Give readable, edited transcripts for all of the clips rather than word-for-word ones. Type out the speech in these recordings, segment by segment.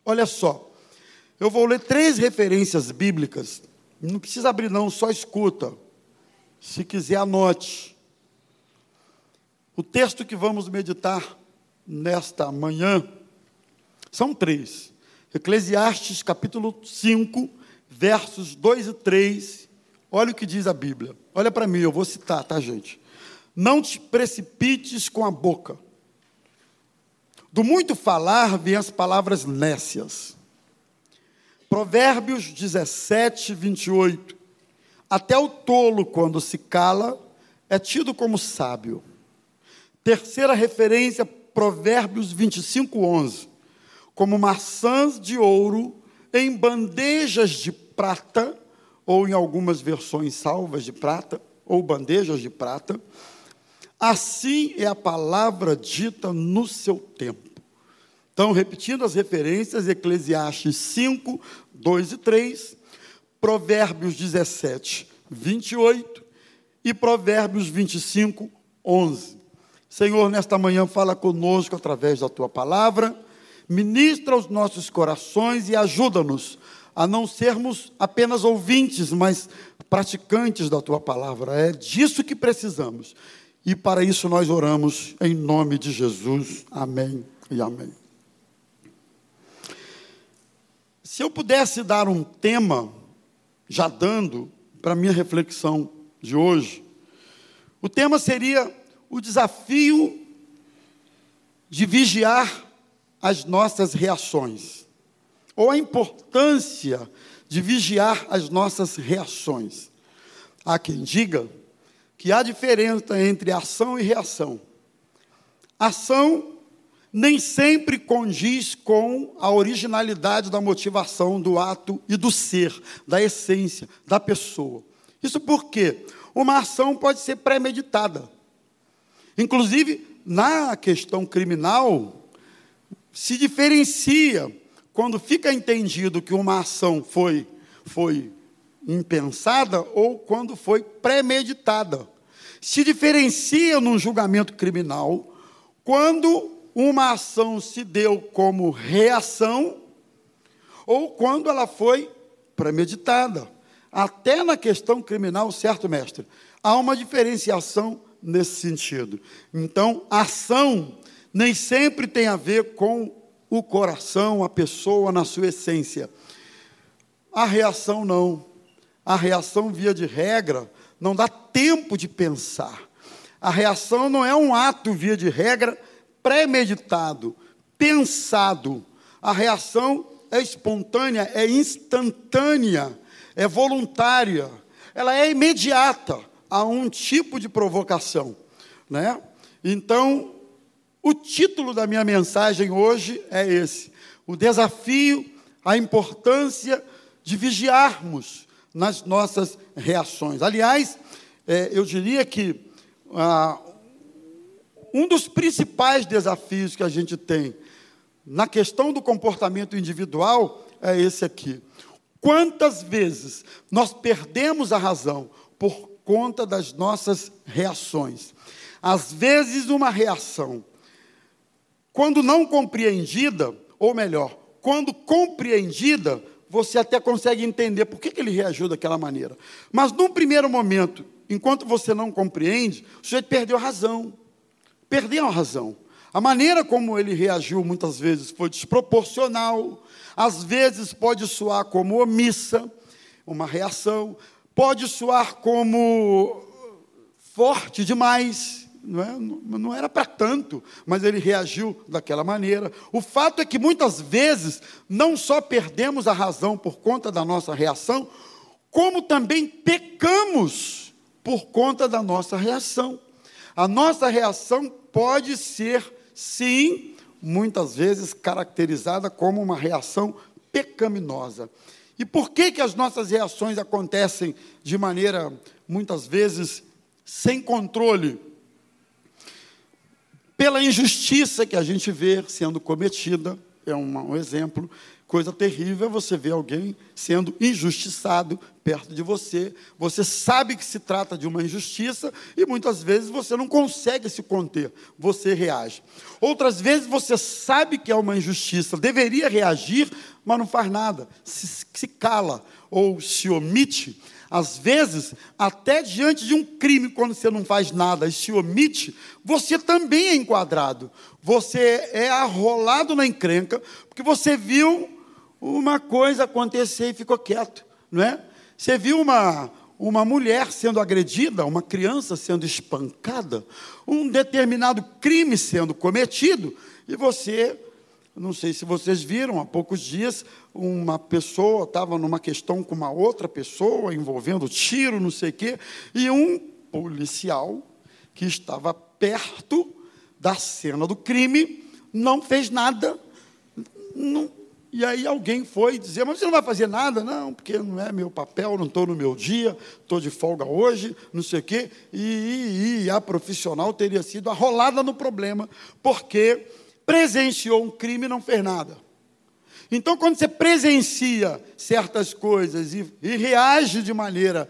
Olha só, eu vou ler 3 referências bíblicas, não precisa abrir não, só escuta, se quiser anote. O texto que vamos meditar nesta manhã, são 3, Eclesiastes capítulo 5, versos 2 e 3, olha o que diz a Bíblia, olha para mim, eu vou citar, tá gente? Não te precipites com a boca, do muito falar vêm as palavras nécias. Provérbios 17, 28, até o tolo quando se cala é tido como sábio. Terceira referência, Provérbios 25, 11, como maçãs de ouro em bandejas de prata, ou em algumas versões salvas de prata, ou bandejas de prata, assim é a palavra dita no seu tempo. Então, repetindo as referências, Eclesiastes 5, 2 e 3, Provérbios 17, 28 e Provérbios 25, 11. Senhor, nesta manhã fala conosco através da Tua palavra, ministra os nossos corações e ajuda-nos a não sermos apenas ouvintes, mas praticantes da Tua palavra. É disso que precisamos. E para isso nós oramos em nome de Jesus. Amém e amém. Se eu pudesse dar um tema, já dando para a minha reflexão de hoje, o tema seria o desafio de vigiar as nossas reações, ou a importância de vigiar as nossas reações. Há quem diga que há diferença entre ação e reação. Ação nem sempre condiz com a originalidade da motivação do ato e do ser, da essência, da pessoa. Isso porque uma ação pode ser premeditada. Inclusive, na questão criminal, se diferencia quando fica entendido que uma ação foi impensada ou quando foi premeditada. Se diferencia num julgamento criminal quando uma ação se deu como reação ou quando ela foi premeditada. Até na questão criminal, certo, mestre? Há uma diferenciação nesse sentido. Então, a ação nem sempre tem a ver com o coração, a pessoa na sua essência. A reação não. A reação, via de regra, não dá tempo de pensar. A reação não é um ato, via de regra, premeditado, pensado. A reação é espontânea, é instantânea, é voluntária. Ela é imediata a um tipo de provocação, né? Então, o título da minha mensagem hoje é esse: o desafio, a importância de vigiarmos nas nossas reações. Aliás, eu diria que um dos principais desafios que a gente tem na questão do comportamento individual é esse aqui. Quantas vezes nós perdemos a razão por conta das nossas reações? Às vezes uma reação, quando não compreendida, ou melhor, quando compreendida, você até consegue entender por que ele reagiu daquela maneira. Mas, num primeiro momento, enquanto você não compreende, o sujeito perdeu a razão. Perdeu a razão. A maneira como ele reagiu, muitas vezes, foi desproporcional. Às vezes, pode soar como omissa, uma reação. Pode soar como forte demais. Não era para tanto, mas ele reagiu daquela maneira. O fato é que muitas vezes não só perdemos a razão por conta da nossa reação, como também pecamos por conta da nossa reação. A nossa reação pode ser, sim, muitas vezes caracterizada como uma reação pecaminosa. E por que as nossas reações acontecem de maneira, muitas vezes, sem controle? Pela injustiça que a gente vê sendo cometida, é um exemplo. Coisa terrível é você ver alguém sendo injustiçado perto de você. Você sabe que se trata de uma injustiça e muitas vezes você não consegue se conter. Você reage. Outras vezes você sabe que é uma injustiça, deveria reagir, mas não faz nada. Se cala ou se omite. Às vezes, até diante de um crime, quando você não faz nada e se omite, você também é enquadrado. Você é arrolado na encrenca, porque você viu uma coisa acontecer e ficou quieto, não é? Você viu uma mulher sendo agredida, uma criança sendo espancada, um determinado crime sendo cometido, e você, não sei se vocês viram, há poucos dias, uma pessoa estava numa questão com uma outra pessoa, envolvendo tiro, não sei o quê, e um policial que estava perto da cena do crime não fez nada, e aí alguém foi dizer, mas você não vai fazer nada? Não, porque não é meu papel, não estou no meu dia, estou de folga hoje, não sei o quê. E a profissional teria sido arrolada no problema, porque presenciou um crime e não fez nada. Então, quando você presencia certas coisas e reage de maneira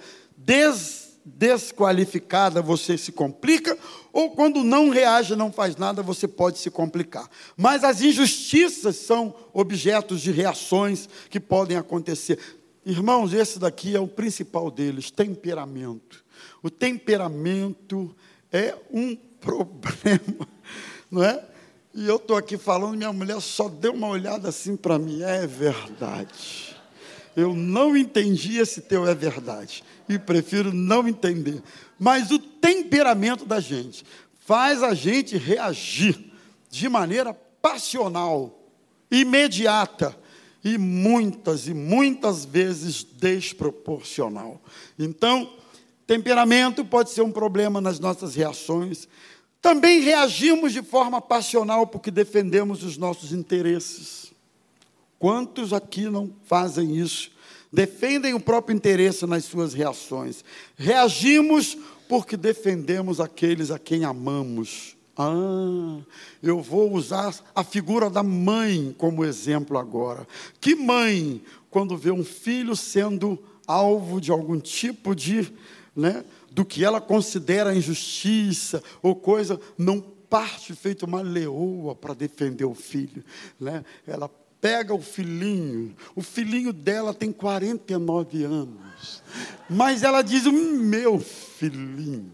desqualificada, você se complica, ou quando não reage, não faz nada, você pode se complicar. Mas as injustiças são objetos de reações que podem acontecer. Irmãos, esse daqui é o principal deles, temperamento. O temperamento é um problema, não é? E eu estou aqui falando, minha mulher só deu uma olhada assim para mim, é verdade. Eu não entendi esse teu é verdade, e prefiro não entender. Mas o temperamento da gente faz a gente reagir de maneira passional, imediata, e muitas vezes desproporcional. Então, temperamento pode ser um problema nas nossas reações. Também reagimos de forma passional porque defendemos os nossos interesses. Quantos aqui não fazem isso? Defendem o próprio interesse nas suas reações. Reagimos porque defendemos aqueles a quem amamos. Eu vou usar a figura da mãe como exemplo agora. Que mãe, quando vê um filho sendo alvo de algum tipo de, do que ela considera injustiça ou coisa, não parte feito uma leoa para defender o filho, Ela pega o filhinho dela tem 49 anos, mas ela diz, o meu filhinho,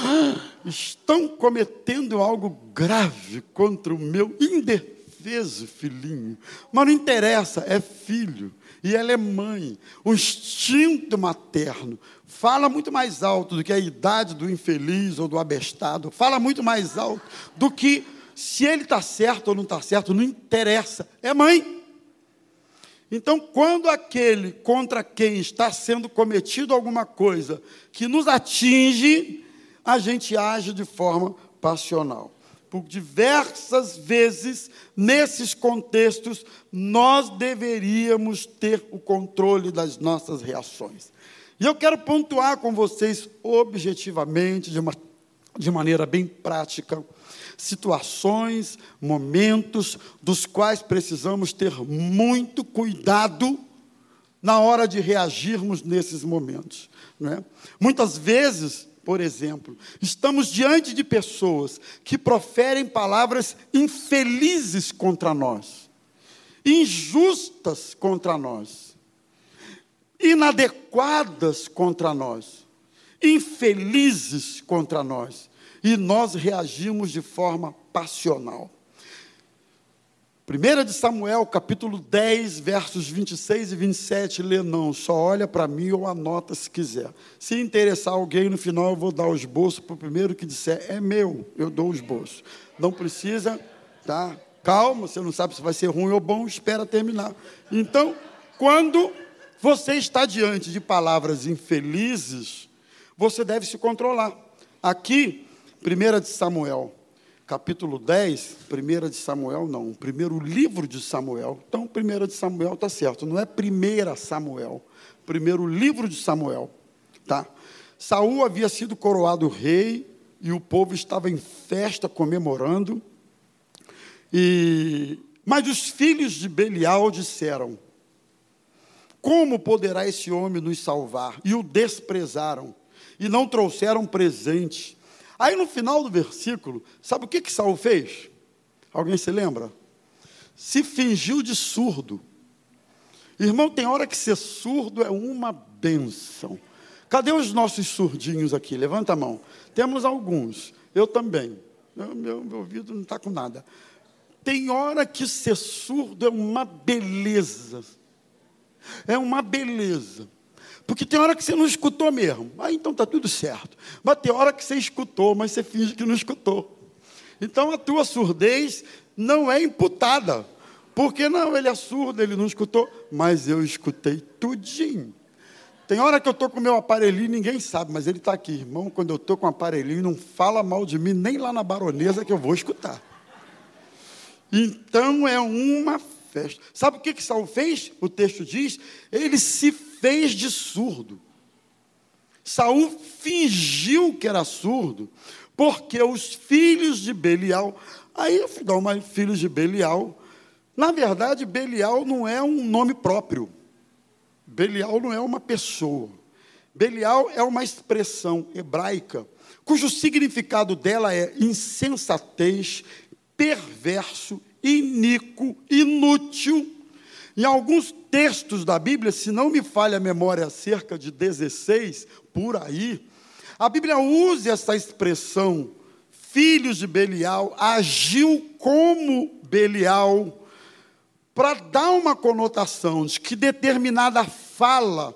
estão cometendo algo grave contra o meu indefeso filhinho, mas não interessa, é filho, e ela é mãe, o instinto materno fala muito mais alto do que a idade do infeliz ou do abestado, fala muito mais alto do que se ele está certo ou não está certo, não interessa, é mãe. Então, quando aquele contra quem está sendo cometido alguma coisa que nos atinge, a gente age de forma passional. Por diversas vezes, nesses contextos, nós deveríamos ter o controle das nossas reações. E eu quero pontuar com vocês, objetivamente, de maneira bem prática, situações, momentos, dos quais precisamos ter muito cuidado na hora de reagirmos nesses momentos. Muitas vezes, por exemplo, estamos diante de pessoas que proferem palavras infelizes contra nós, injustas contra nós, inadequadas contra nós, infelizes contra nós, e nós reagimos de forma passional. 1 de Samuel, capítulo 10, versos 26 e 27, lê não, só olha para mim ou anota se quiser. Se interessar alguém, no final eu vou dar o esboço para o primeiro que disser, é meu, eu dou o esboço. Não precisa, tá? Calma, você não sabe se vai ser ruim ou bom, espera terminar. Então, quando você está diante de palavras infelizes, você deve se controlar. Aqui, 1 de Samuel, capítulo 10, 1 de Samuel não, primeiro livro de Samuel. Então, 1 de Samuel está certo, não é 1 Samuel, primeiro livro de Samuel. Tá? Saul havia sido coroado rei e o povo estava em festa comemorando. Mas os filhos de Belial disseram: como poderá esse homem nos salvar? E o desprezaram, e não trouxeram presente. Aí no final do versículo, sabe o que Saul fez? Alguém se lembra? Se fingiu de surdo. Irmão, tem hora que ser surdo é uma bênção. Cadê os nossos surdinhos aqui? Levanta a mão. Temos alguns. Eu também. Meu ouvido não está com nada. Tem hora que ser surdo é uma beleza. É uma beleza. Porque tem hora que você não escutou mesmo. Então está tudo certo. Mas tem hora que você escutou, mas você finge que não escutou. Então a tua surdez não é imputada. Porque não, ele é surdo, ele não escutou. Mas eu escutei tudinho. Tem hora que eu estou com o meu aparelhinho, ninguém sabe, mas ele está aqui. Irmão, quando eu estou com o aparelhinho, não fala mal de mim, nem lá na Baronesa que eu vou escutar. Então é uma festa. Sabe o que Saul fez? O texto diz, ele se fez de surdo. Saul fingiu que era surdo, porque os filhos de Belial, filhos de Belial, na verdade, Belial não é um nome próprio. Belial não é uma pessoa. Belial é uma expressão hebraica, cujo significado dela é insensatez, perverso, iníquo, inútil. Em alguns textos da Bíblia, se não me falha a memória, cerca de 16, por aí, a Bíblia usa essa expressão, filhos de Belial, agiu como Belial, para dar uma conotação de que determinada fala,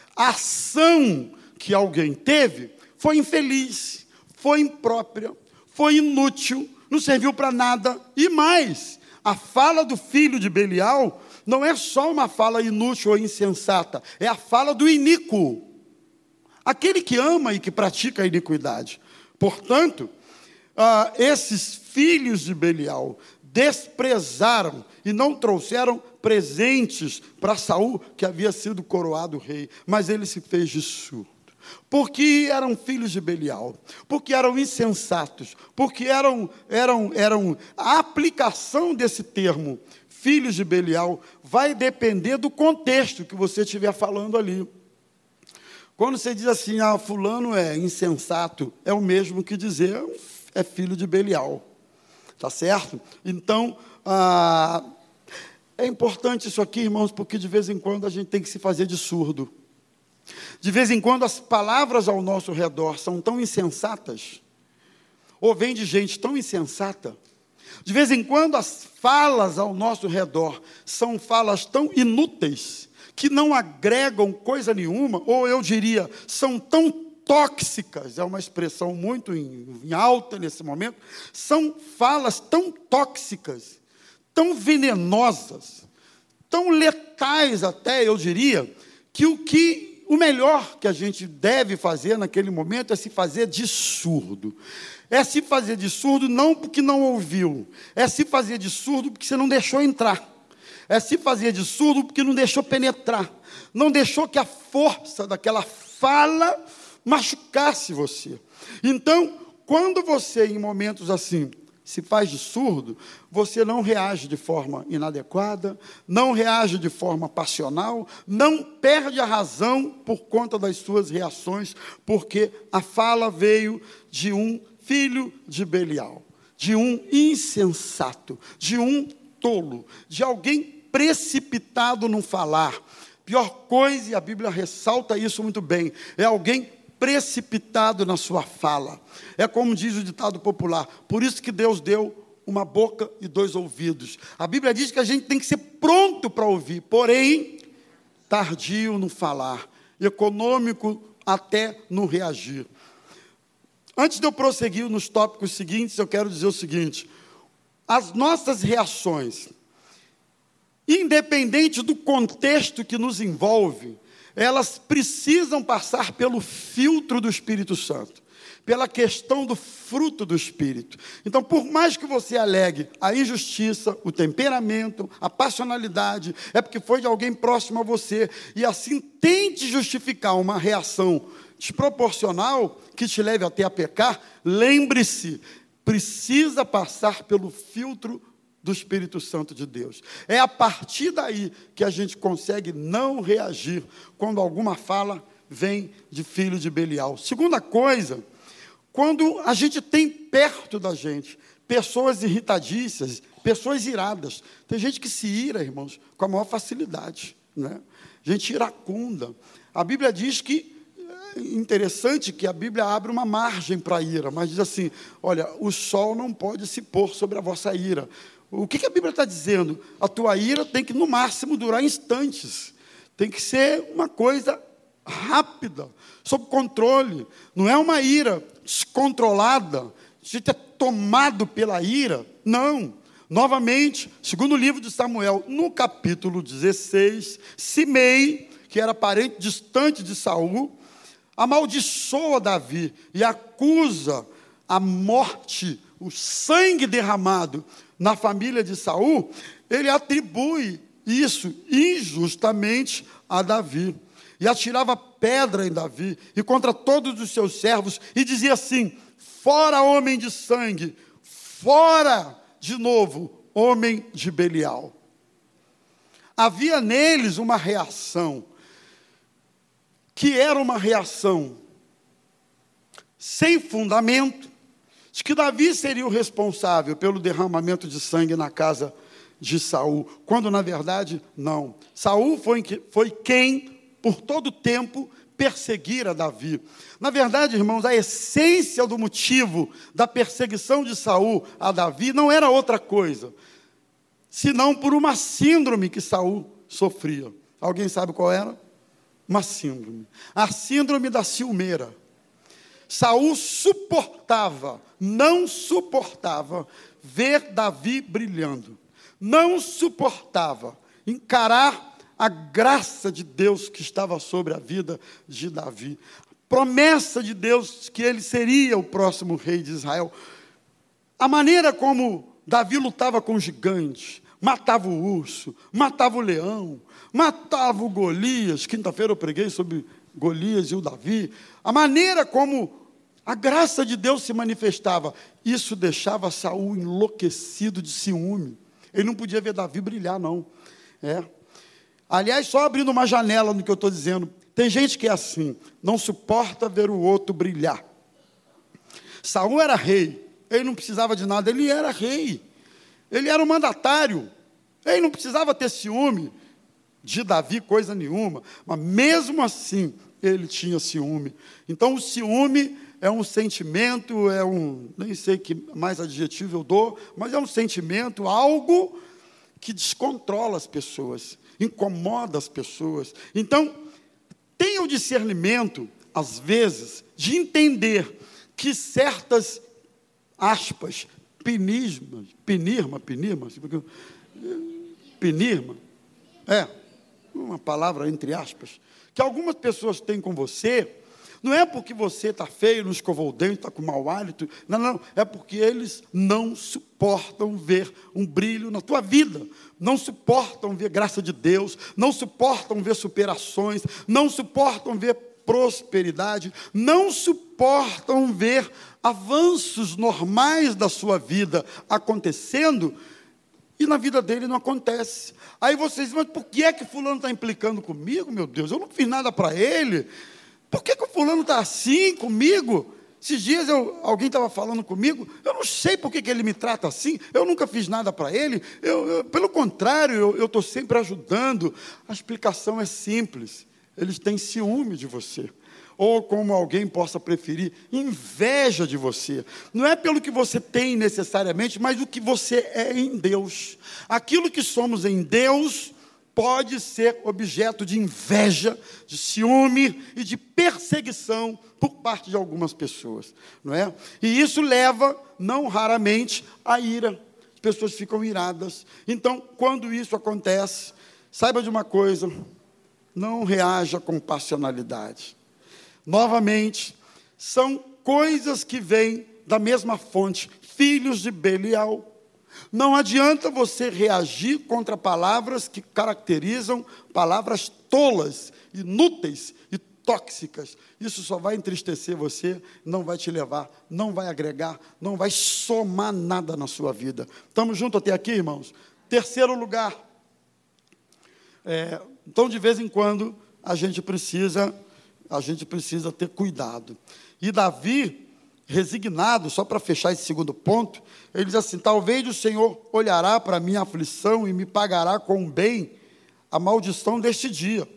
ação que alguém teve, foi infeliz, foi imprópria, foi inútil, não serviu para nada. E mais, a fala do filho de Belial não é só uma fala inútil ou insensata, é a fala do iníquo, aquele que ama e que pratica a iniquidade. Portanto, esses filhos de Belial desprezaram e não trouxeram presentes para Saul, que havia sido coroado rei, mas ele se fez de surdo. Porque eram filhos de Belial, porque eram insensatos, porque eram a aplicação desse termo, filhos de Belial, vai depender do contexto que você estiver falando ali. Quando você diz assim, fulano é insensato, é o mesmo que dizer é filho de Belial. Tá certo? Então, é importante isso aqui, irmãos, porque de vez em quando a gente tem que se fazer de surdo. De vez em quando as palavras ao nosso redor são tão insensatas, ou vêm de gente tão insensata. De vez em quando as falas ao nosso redor são falas tão inúteis, que não agregam coisa nenhuma, ou eu diria, são tão tóxicas, é uma expressão muito em alta nesse momento, são falas tão tóxicas, tão venenosas, tão letais até, eu diria, que o melhor que a gente deve fazer naquele momento é se fazer de surdo. É se fazer de surdo não porque não ouviu, é se fazer de surdo porque você não deixou entrar, é se fazer de surdo porque não deixou penetrar, não deixou que a força daquela fala machucasse você. Então, quando você, em momentos assim, se faz de surdo, você não reage de forma inadequada, não reage de forma passional, não perde a razão por conta das suas reações, porque a fala veio de um filho de Belial, de um insensato, de um tolo, de alguém precipitado no falar. Pior coisa, e a Bíblia ressalta isso muito bem, é alguém precipitado na sua fala. É como diz o ditado popular, por isso que Deus deu uma boca e 2 ouvidos. A Bíblia diz que a gente tem que ser pronto para ouvir, porém, tardio no falar, econômico até no reagir. Antes de eu prosseguir nos tópicos seguintes, eu quero dizer o seguinte, as nossas reações, independente do contexto que nos envolve, elas precisam passar pelo filtro do Espírito Santo, pela questão do fruto do Espírito. Então, por mais que você alegue a injustiça, o temperamento, a passionalidade, é porque foi de alguém próximo a você, e assim tente justificar uma reação desproporcional que te leve até a pecar, lembre-se, precisa passar pelo filtro do Espírito Santo de Deus. É a partir daí que a gente consegue não reagir quando alguma fala vem de filho de Belial. Segunda coisa, quando a gente tem perto da gente pessoas irritadiças, pessoas iradas. Tem gente que se ira, irmãos, com a maior facilidade, né? Gente iracunda. A Bíblia diz que, interessante que a Bíblia abre uma margem para a ira, mas diz assim, olha, o sol não pode se pôr sobre a vossa ira. O que a Bíblia está dizendo? A tua ira tem que, no máximo, durar instantes. Tem que ser uma coisa rápida, sob controle. Não é uma ira descontrolada, a gente é tomado pela ira. Não. Novamente, segundo o livro de Samuel, no capítulo 16, Simei, que era parente distante de Saul, amaldiçoa Davi e acusa a morte, o sangue derramado na família de Saul. Ele atribui isso injustamente a Davi. E atirava pedra em Davi e contra todos os seus servos, e dizia assim, fora homem de sangue, fora, de novo, homem de Belial. Havia neles uma reação, que era uma reação sem fundamento, de que Davi seria o responsável pelo derramamento de sangue na casa de Saul, quando na verdade não. Saul foi quem por todo o tempo perseguir a Davi. Na verdade, irmãos, a essência do motivo da perseguição de Saul a Davi não era outra coisa, senão por uma síndrome que Saul sofria. Alguém sabe qual era? Uma síndrome. A síndrome da ciumeira. Saul não suportava ver Davi brilhando. Não suportava encarar a graça de Deus que estava sobre a vida de Davi. Promessa de Deus que ele seria o próximo rei de Israel. A maneira como Davi lutava com gigantes, matava o urso, matava o leão, matava o Golias. Quinta-feira eu preguei sobre Golias e o Davi. A maneira como a graça de Deus se manifestava, isso deixava Saul enlouquecido de ciúme. Ele não podia ver Davi brilhar, não. Aliás, só abrindo uma janela no que eu estou dizendo, tem gente que é assim, não suporta ver o outro brilhar. Saul era rei, ele não precisava de nada, ele era rei, ele era o mandatário, ele não precisava ter ciúme de Davi, coisa nenhuma, mas mesmo assim, ele tinha ciúme. Então, o ciúme é um sentimento, nem sei que mais adjetivo eu dou, mas é um sentimento, algo que descontrola as pessoas, incomoda as pessoas. Então, tenha o discernimento, às vezes, de entender que certas, aspas, penirma, uma palavra entre aspas, que algumas pessoas têm com você, não é porque você está feio, não escovou o dente, está com mau hálito, não, é porque eles não suportam ver um brilho na tua vida, não suportam ver graça de Deus, não suportam ver superações, não suportam ver prosperidade, não suportam ver avanços normais da sua vida acontecendo, e na vida dele não acontece. Aí vocês dizem, mas por que é que fulano está implicando comigo, meu Deus? Eu não fiz nada para ele. Por que o fulano está assim comigo? Esses dias alguém estava falando comigo, eu não sei por que ele me trata assim, eu nunca fiz nada para ele, pelo contrário, eu estou sempre ajudando. A explicação é simples, eles têm ciúme de você, ou como alguém possa preferir, inveja de você. Não é pelo que você tem necessariamente, mas o que você é em Deus. Aquilo que somos em Deus pode ser objeto de inveja, de ciúme e de perseguição por parte de algumas pessoas, não é? E isso leva, não raramente, à ira. As pessoas ficam iradas. Então, quando isso acontece, saiba de uma coisa, não reaja com passionalidade. Novamente, são coisas que vêm da mesma fonte, filhos de Belial. Não adianta você reagir contra palavras que caracterizam palavras tolas, inúteis e tóxicas, isso só vai entristecer você, não vai te levar, não vai agregar, não vai somar nada na sua vida. Estamos juntos até aqui, irmãos? Terceiro lugar, então de vez em quando a gente precisa ter cuidado. E Davi, resignado, só para fechar esse segundo ponto, ele diz assim: talvez o Senhor olhará para a minha aflição e me pagará com bem a maldição deste dia.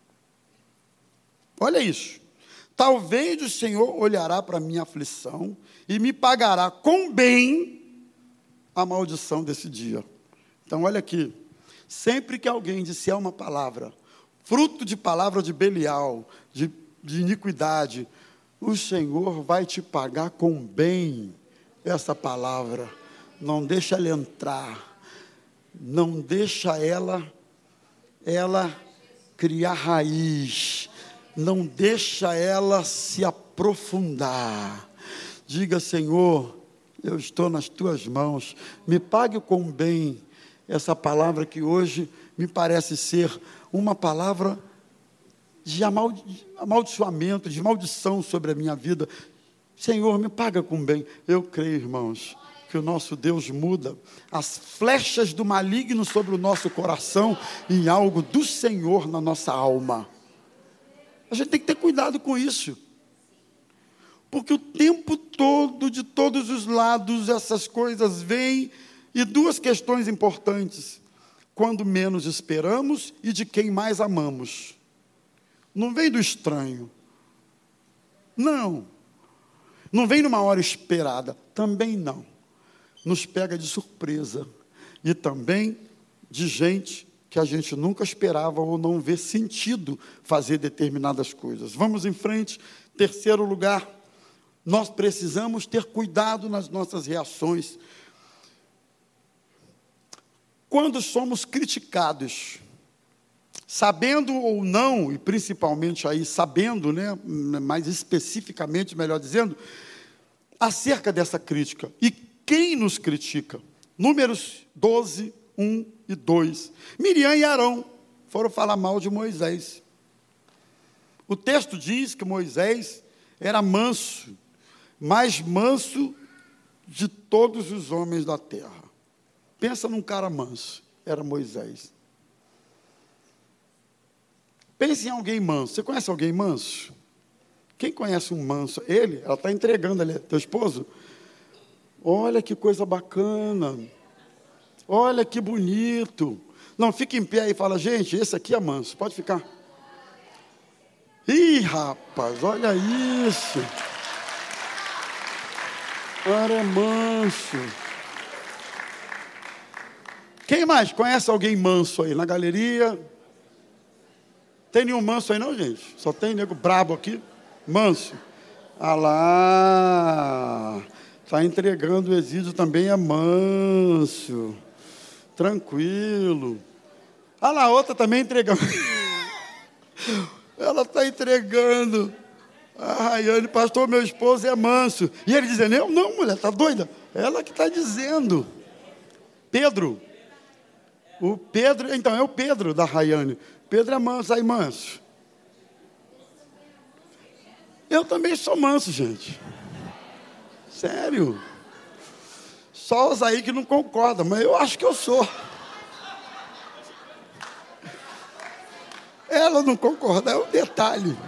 Olha isso. Talvez o Senhor olhará para a minha aflição e me pagará com bem a maldição desse dia. Então, olha aqui. Sempre que alguém disser uma palavra, fruto de palavra de Belial, de iniquidade, o Senhor vai te pagar com bem essa palavra. Não deixa ela entrar. Não deixa ela criar raiz. Não deixa ela se aprofundar. Diga: Senhor, eu estou nas tuas mãos, me pague com bem essa palavra que hoje me parece ser uma palavra de amaldiçoamento, de maldição sobre a minha vida. Senhor, me paga com bem. Eu creio, irmãos, que o nosso Deus muda as flechas do maligno sobre o nosso coração em algo do Senhor na nossa alma. A gente tem que ter cuidado com isso. Porque o tempo todo, de todos os lados, essas coisas vêm. E duas questões importantes: quando menos esperamos e de quem mais amamos. Não vem do estranho. Não. Não vem numa hora esperada. Também não. Nos pega de surpresa. E também de gente que a gente nunca esperava ou não vê sentido fazer determinadas coisas. Vamos em frente. Terceiro lugar, nós precisamos ter cuidado nas nossas reações. Quando somos criticados, sabendo ou não, e principalmente aí sabendo, né, mais especificamente, melhor dizendo, acerca dessa crítica. E quem nos critica? Números 12, 1 e 2. Miriam e Arão foram falar mal de Moisés. O texto diz que Moisés era manso, mais manso de todos os homens da terra. Pensa num cara manso, era Moisés. Pense em alguém manso. Você conhece alguém manso? Quem conhece um manso? Ele, ela está entregando ali, teu esposo. Olha que coisa bacana. Olha que bonito. Não, fica em pé e fala: gente, esse aqui é manso, pode ficar. Ih, rapaz, olha isso. Cara, é manso. Quem mais conhece alguém manso aí na galeria? Tem nenhum manso aí não, gente? Só tem nego brabo aqui. Manso. Ah lá. Está entregando o Exídio, também é manso. Tranquilo. Ah lá, outra também entregando. Ela está entregando. A Rayane: pastor, meu esposo é manso. E ele dizendo: eu não, mulher, está doida? Ela que está dizendo. Pedro. O Pedro, então é o Pedro da Rayane. Pedro é manso, aí manso. Eu também sou manso, gente. Sério. Só os aí que não concordam, mas eu acho que eu sou. Ela não concorda, é um detalhe.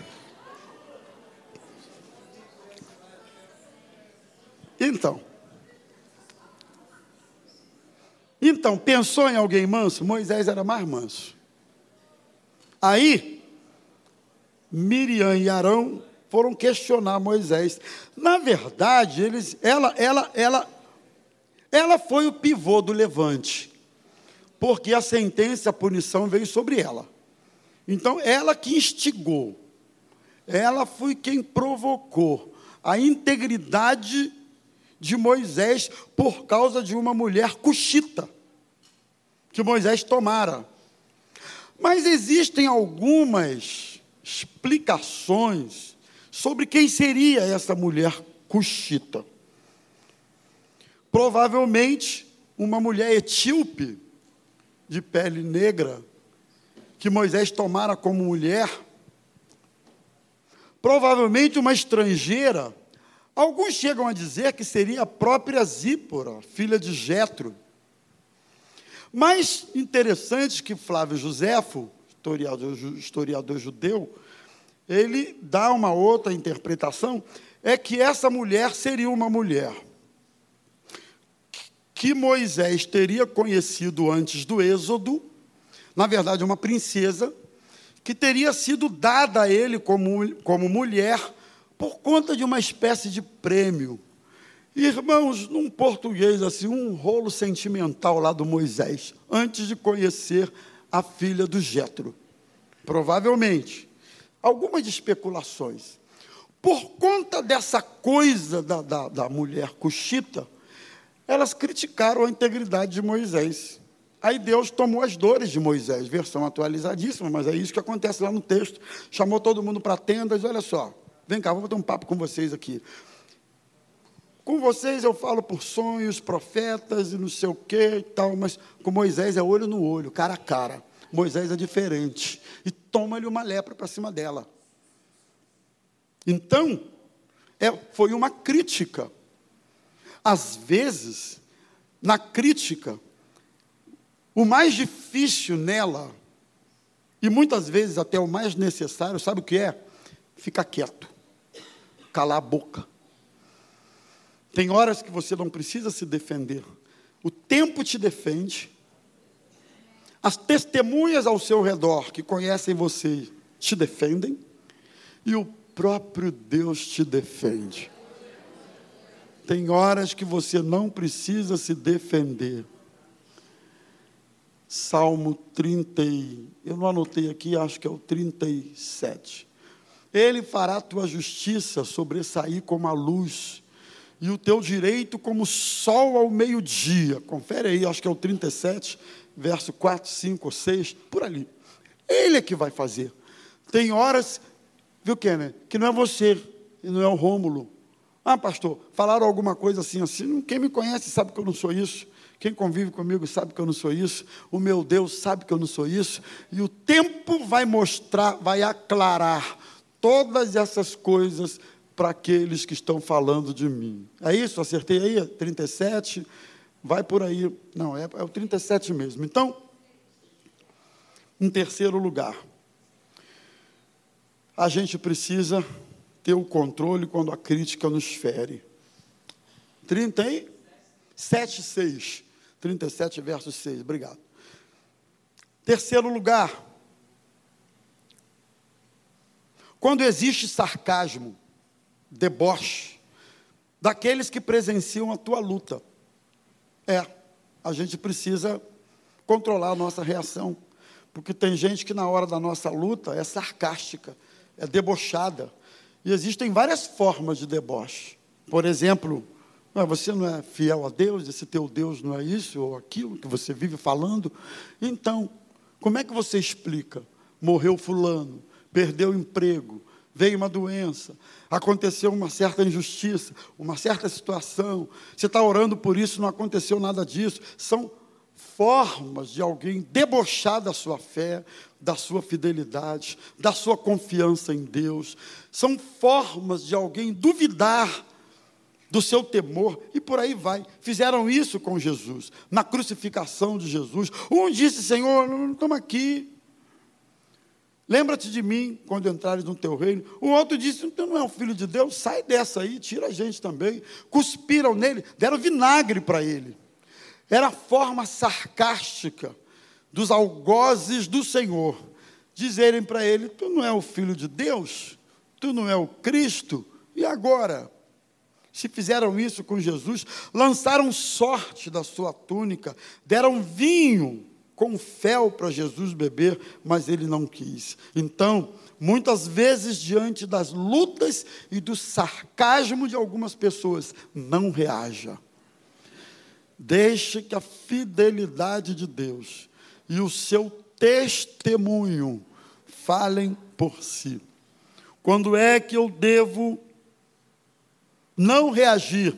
Então, pensou em alguém manso? Moisés era mais manso. Aí, Miriam e Arão foram questionar Moisés. Na verdade, ela foi o pivô do levante, porque a sentença, a punição veio sobre ela. Então, ela que instigou, ela foi quem provocou a integridade de Moisés por causa de uma mulher cuxita que Moisés tomara. Mas existem algumas explicações sobre quem seria essa mulher cuxita. Provavelmente uma mulher etíope de pele negra que Moisés tomara como mulher provavelmente uma estrangeira. Alguns chegam a dizer que seria a própria Zípora, filha de Jetro. Mais interessante que Flávio Joséfo, historiador judeu, ele dá uma outra interpretação, é que essa mulher seria uma mulher que Moisés teria conhecido antes do Êxodo, na verdade uma princesa, que teria sido dada a ele como mulher por conta de uma espécie de prêmio. Irmãos, num português assim, um rolo sentimental lá do Moisés, antes de conhecer a filha do Jetro. Provavelmente. Algumas especulações. Por conta dessa coisa da mulher cuxita, elas criticaram a integridade de Moisés. Aí Deus tomou as dores de Moisés, versão atualizadíssima, mas é isso que acontece lá no texto. Chamou todo mundo para a tenda e disse, olha só, vem cá, vou bater um papo com vocês aqui. Com vocês eu falo por sonhos, profetas e não sei o quê e tal, mas com Moisés é olho no olho, cara a cara. Moisés é diferente. E toma-lhe uma lepra para cima dela. Então, foi uma crítica. Às vezes, na crítica, o mais difícil nela, e muitas vezes até o mais necessário, sabe o que é? Ficar quieto, calar a boca. Tem horas que você não precisa se defender. O tempo te defende. As testemunhas ao seu redor que conhecem você te defendem. E o próprio Deus te defende. Tem horas que você não precisa se defender. Salmo 30, eu não anotei aqui, acho que é o 37. Ele fará a tua justiça sobressair como a luz, e o teu direito como o sol ao meio-dia. Confere aí, acho que é o 37, verso 4, 5 ou 6, por ali. Ele é que vai fazer. Tem horas, viu, Kenner, que não é você, e não é o Rômulo. Ah, pastor, falaram alguma coisa assim. Quem me conhece sabe que eu não sou isso. Quem convive comigo sabe que eu não sou isso. O meu Deus sabe que eu não sou isso. E o tempo vai mostrar, vai aclarar todas essas coisas para aqueles que estão falando de mim. É isso? Acertei aí? 37? Vai por aí. Não, é o 37 mesmo. Então, em terceiro lugar, a gente precisa ter o controle quando a crítica nos fere. 37, 6. 37, verso 6. Obrigado. Terceiro lugar, quando existe sarcasmo, deboche, daqueles que presenciam a tua luta. A gente precisa controlar a nossa reação, porque tem gente que na hora da nossa luta é sarcástica, é debochada, e existem várias formas de deboche. Por exemplo, você não é fiel a Deus, esse teu Deus não é isso ou aquilo que você vive falando. Então, como é que você explica? Morreu fulano, perdeu o emprego, veio uma doença, aconteceu uma certa injustiça, uma certa situação, você está orando por isso, não aconteceu nada disso. São formas de alguém debochar da sua fé, da sua fidelidade, da sua confiança em Deus. São formas de alguém duvidar do seu temor, e por aí vai. Fizeram isso com Jesus, na crucificação de Jesus. Um disse, Senhor, não estamos aqui. Lembra-te de mim quando entrares no teu reino. O outro disse, tu não é um filho de Deus? Sai dessa aí, tira a gente também. Cuspiram nele, deram vinagre para ele. Era a forma sarcástica dos algozes do Senhor, dizerem para ele, tu não é o filho de Deus? Tu não é o Cristo? E agora? Se fizeram isso com Jesus, lançaram sorte da sua túnica, deram vinho com fel para Jesus beber, mas ele não quis. Então, muitas vezes, diante das lutas e do sarcasmo de algumas pessoas, não reaja. Deixe que a fidelidade de Deus e o seu testemunho falem por si. Quando é que eu devo não reagir?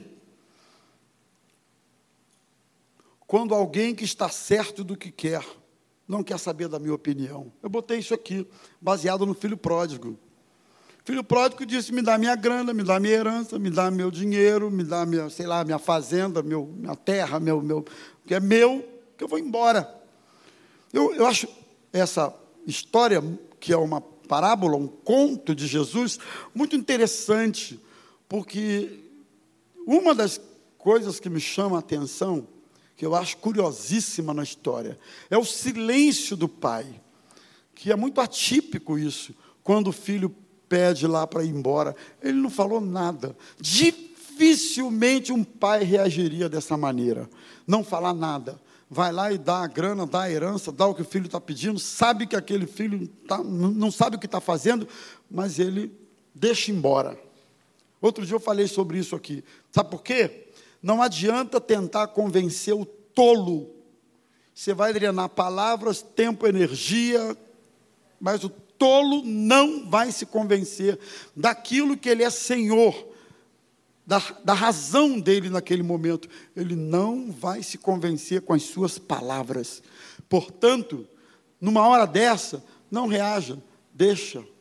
Quando alguém que está certo do que quer, não quer saber da minha opinião. Eu botei isso aqui, baseado no filho pródigo. Filho pródigo disse: me dá minha grana, me dá minha herança, me dá meu dinheiro, me dá minha, sei lá, minha fazenda, minha terra, que é meu, que eu vou embora. Eu acho essa história, que é uma parábola, um conto de Jesus, muito interessante, porque uma das coisas que me chama a atenção, que eu acho curiosíssima na história, é o silêncio do pai, que é muito atípico isso, quando o filho pede lá para ir embora, ele não falou nada. Dificilmente um pai reagiria dessa maneira, não falar nada. Vai lá e dá a grana, dá a herança, dá o que o filho está pedindo, sabe que aquele filho não sabe o que está fazendo, mas ele deixa embora. Outro dia eu falei sobre isso aqui. Sabe por quê? Não adianta tentar convencer o tolo. Você vai drenar palavras, tempo, energia, mas o tolo não vai se convencer daquilo que ele é senhor, da razão dele naquele momento. Ele não vai se convencer com as suas palavras. Portanto, numa hora dessa, não reaja, deixa. Eu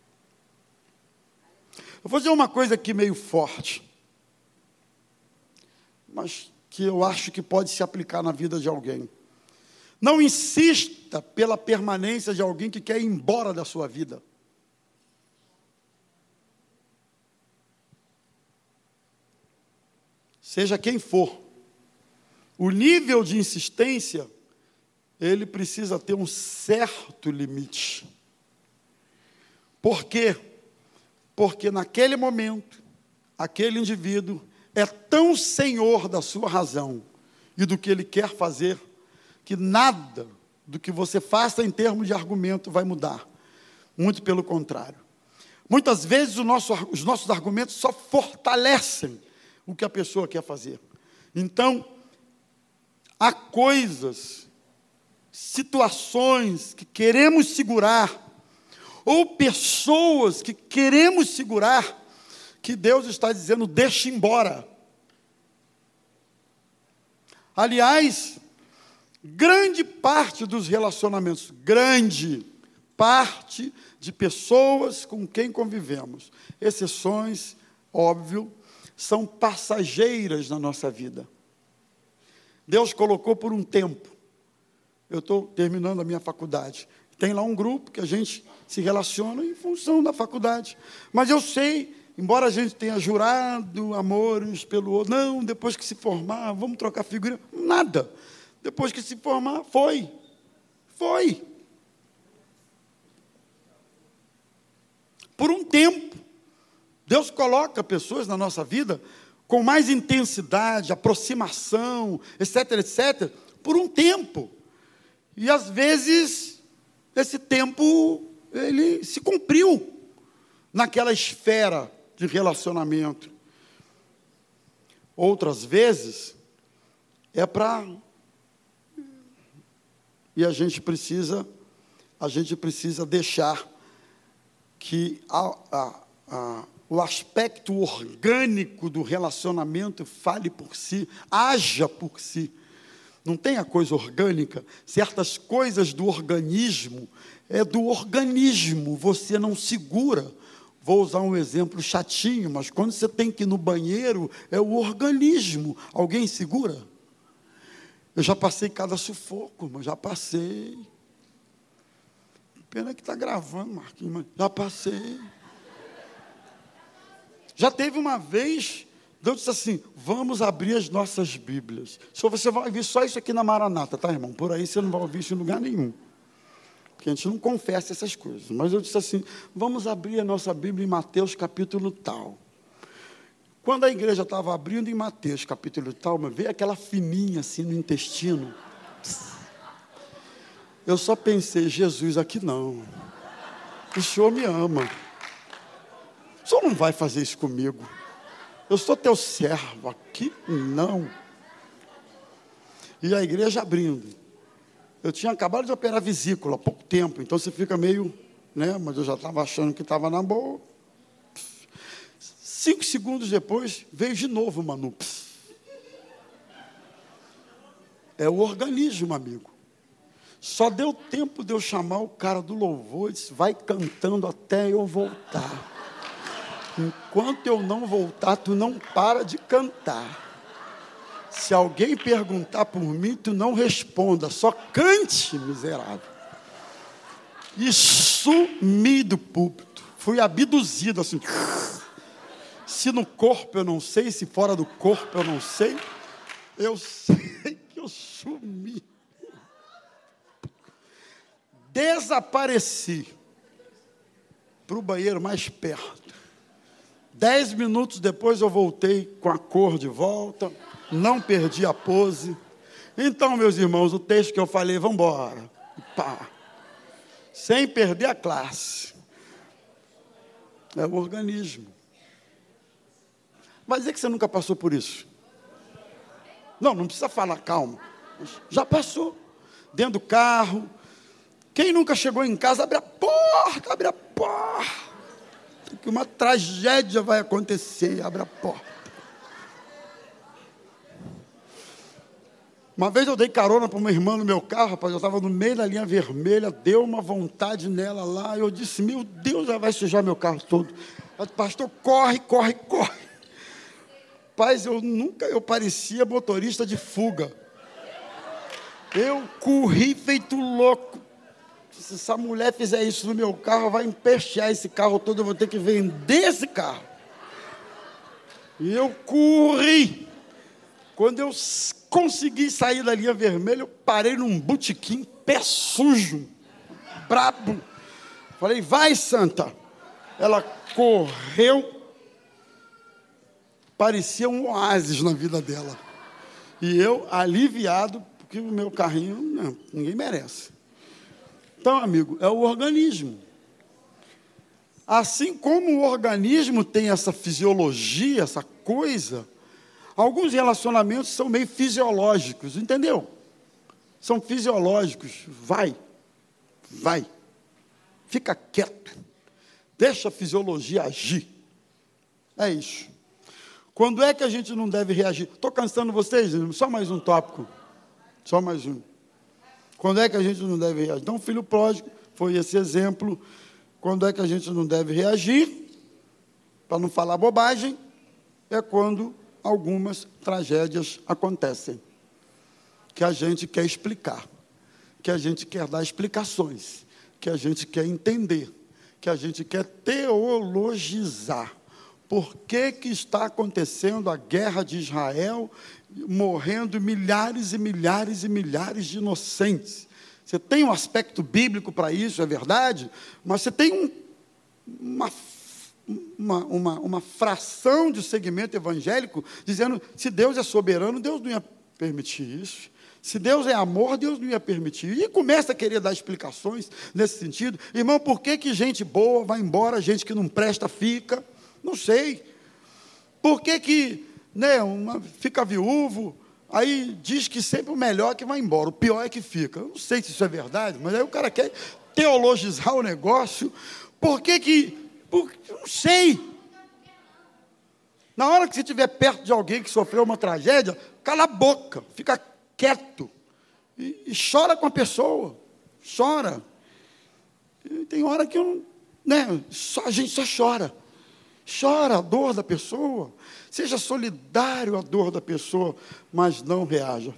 vou dizer uma coisa aqui meio forte, mas que eu acho que pode se aplicar na vida de alguém. Não insista pela permanência de alguém que quer ir embora da sua vida. Seja quem for, o nível de insistência, ele precisa ter um certo limite. Por quê? Porque naquele momento, aquele indivíduo é tão senhor da sua razão e do que ele quer fazer, que nada do que você faça em termos de argumento vai mudar. Muito pelo contrário. Muitas vezes os nossos argumentos só fortalecem o que a pessoa quer fazer. Então, há coisas, situações que queremos segurar, ou pessoas que queremos segurar, que Deus está dizendo: deixe embora. Aliás, grande parte dos relacionamentos, grande parte de pessoas com quem convivemos, exceções, óbvio, são passageiras na nossa vida. Deus colocou por um tempo. Eu estou terminando a minha faculdade. Tem lá um grupo que a gente se relaciona em função da faculdade. Mas eu sei, embora a gente tenha jurado amores pelo outro, não, depois que se formar, vamos trocar figurinha. Nada. Depois que se formar, foi. Por um tempo. Deus coloca pessoas na nossa vida com mais intensidade, aproximação, etc., etc., por um tempo. E, às vezes, esse tempo, ele se cumpriu naquela esfera de relacionamento. Outras vezes, é para... E a gente precisa deixar que o aspecto orgânico do relacionamento fale por si, haja por si. Não tem a coisa orgânica? Certas coisas do organismo, é do organismo, você não segura. Vou usar um exemplo chatinho, mas quando você tem que ir no banheiro, é o organismo. Alguém segura? Eu já passei cada sufoco, mas já passei. Pena que está gravando, Marquinhos, mas já passei. Já teve uma vez, Deus disse assim: vamos abrir as nossas Bíblias. Só você vai ouvir só isso aqui na Maranata, tá, irmão? Por aí você não vai ouvir isso em lugar nenhum. Porque a gente não confessa essas coisas. Mas eu disse assim: vamos abrir a nossa Bíblia em Mateus capítulo tal. Quando a igreja estava abrindo em Mateus capítulo tal, veio aquela fininha assim no intestino. Eu só pensei: Jesus, aqui não. O Senhor me ama. O Senhor não vai fazer isso comigo. Eu sou teu servo, aqui não. E a igreja abrindo. Eu tinha acabado de operar vesícula há pouco tempo, então você fica meio, né? Mas eu já estava achando que estava na boa. 5 segundos depois, veio de novo, Manu. É o organismo, amigo. Só deu tempo de eu chamar o cara do louvor e disse: vai cantando até eu voltar. enquanto eu não voltar, tu não para de cantar. Se alguém perguntar por mim, tu não responda, só cante, miserável. E sumi do púlpito. Fui abduzido assim. Se no corpo eu não sei, se fora do corpo eu não sei, eu sei que eu sumi. Desapareci para o banheiro mais perto. 10 minutos depois eu voltei com a cor de volta, não perdi a pose. Então, meus irmãos, o texto que eu falei, vamos embora. Pá. Sem perder a classe. É o organismo. Vai dizer que você nunca passou por isso? Não precisa falar, calma. Já passou. Dentro do carro. Quem nunca chegou em casa, abre a porta. Que uma tragédia vai acontecer, abre a porta. Uma vez eu dei carona para uma irmã no meu carro, rapaz, eu estava no meio da linha vermelha, deu uma vontade nela lá, eu disse, meu Deus, já vai sujar meu carro todo. Ela disse, pastor, corre. Rapaz, eu parecia motorista de fuga. Eu corri feito louco. Se essa mulher fizer isso no meu carro, vai empestear esse carro todo, eu vou ter que vender esse carro. E eu corri. Quando eu consegui sair da linha vermelha, eu parei num botequim, pé sujo, brabo. Falei, vai, santa. Ela correu. Parecia um oásis na vida dela. E eu, aliviado, porque o meu carrinho, ninguém merece. Então, amigo, é o organismo. Assim como o organismo tem essa fisiologia, essa coisa, alguns relacionamentos são meio fisiológicos, entendeu? São fisiológicos. Vai. Fica quieto. Deixa a fisiologia agir. É isso. Quando é que a gente não deve reagir? Estou cansando vocês? Só mais um tópico. Só mais um. Quando é que a gente não deve reagir? Então, o filho pródigo foi esse exemplo. Quando é que a gente não deve reagir? Para não falar bobagem, é quando algumas tragédias acontecem. Que a gente quer explicar. Que a gente quer dar explicações. Que a gente quer entender. Que a gente quer teologizar. Por que está acontecendo a guerra de Israel, morrendo milhares e milhares e milhares de inocentes? Você tem um aspecto bíblico para isso, é verdade, mas você tem uma fração de segmento evangélico dizendo, se Deus é soberano, Deus não ia permitir isso. Se Deus é amor, Deus não ia permitir. E começa a querer dar explicações nesse sentido. Irmão, por que gente boa vai embora, gente que não presta fica? Não sei. Por que fica viúvo, aí diz que sempre o melhor é que vai embora, o pior é que fica. Eu não sei se isso é verdade, mas aí o cara quer teologizar o negócio. Por que eu não sei. Na hora que você estiver perto de alguém que sofreu uma tragédia, cala a boca, fica quieto e chora com a pessoa. Chora. E tem hora que a gente só chora. Chora a dor da pessoa, seja solidário à dor da pessoa, mas não reaja.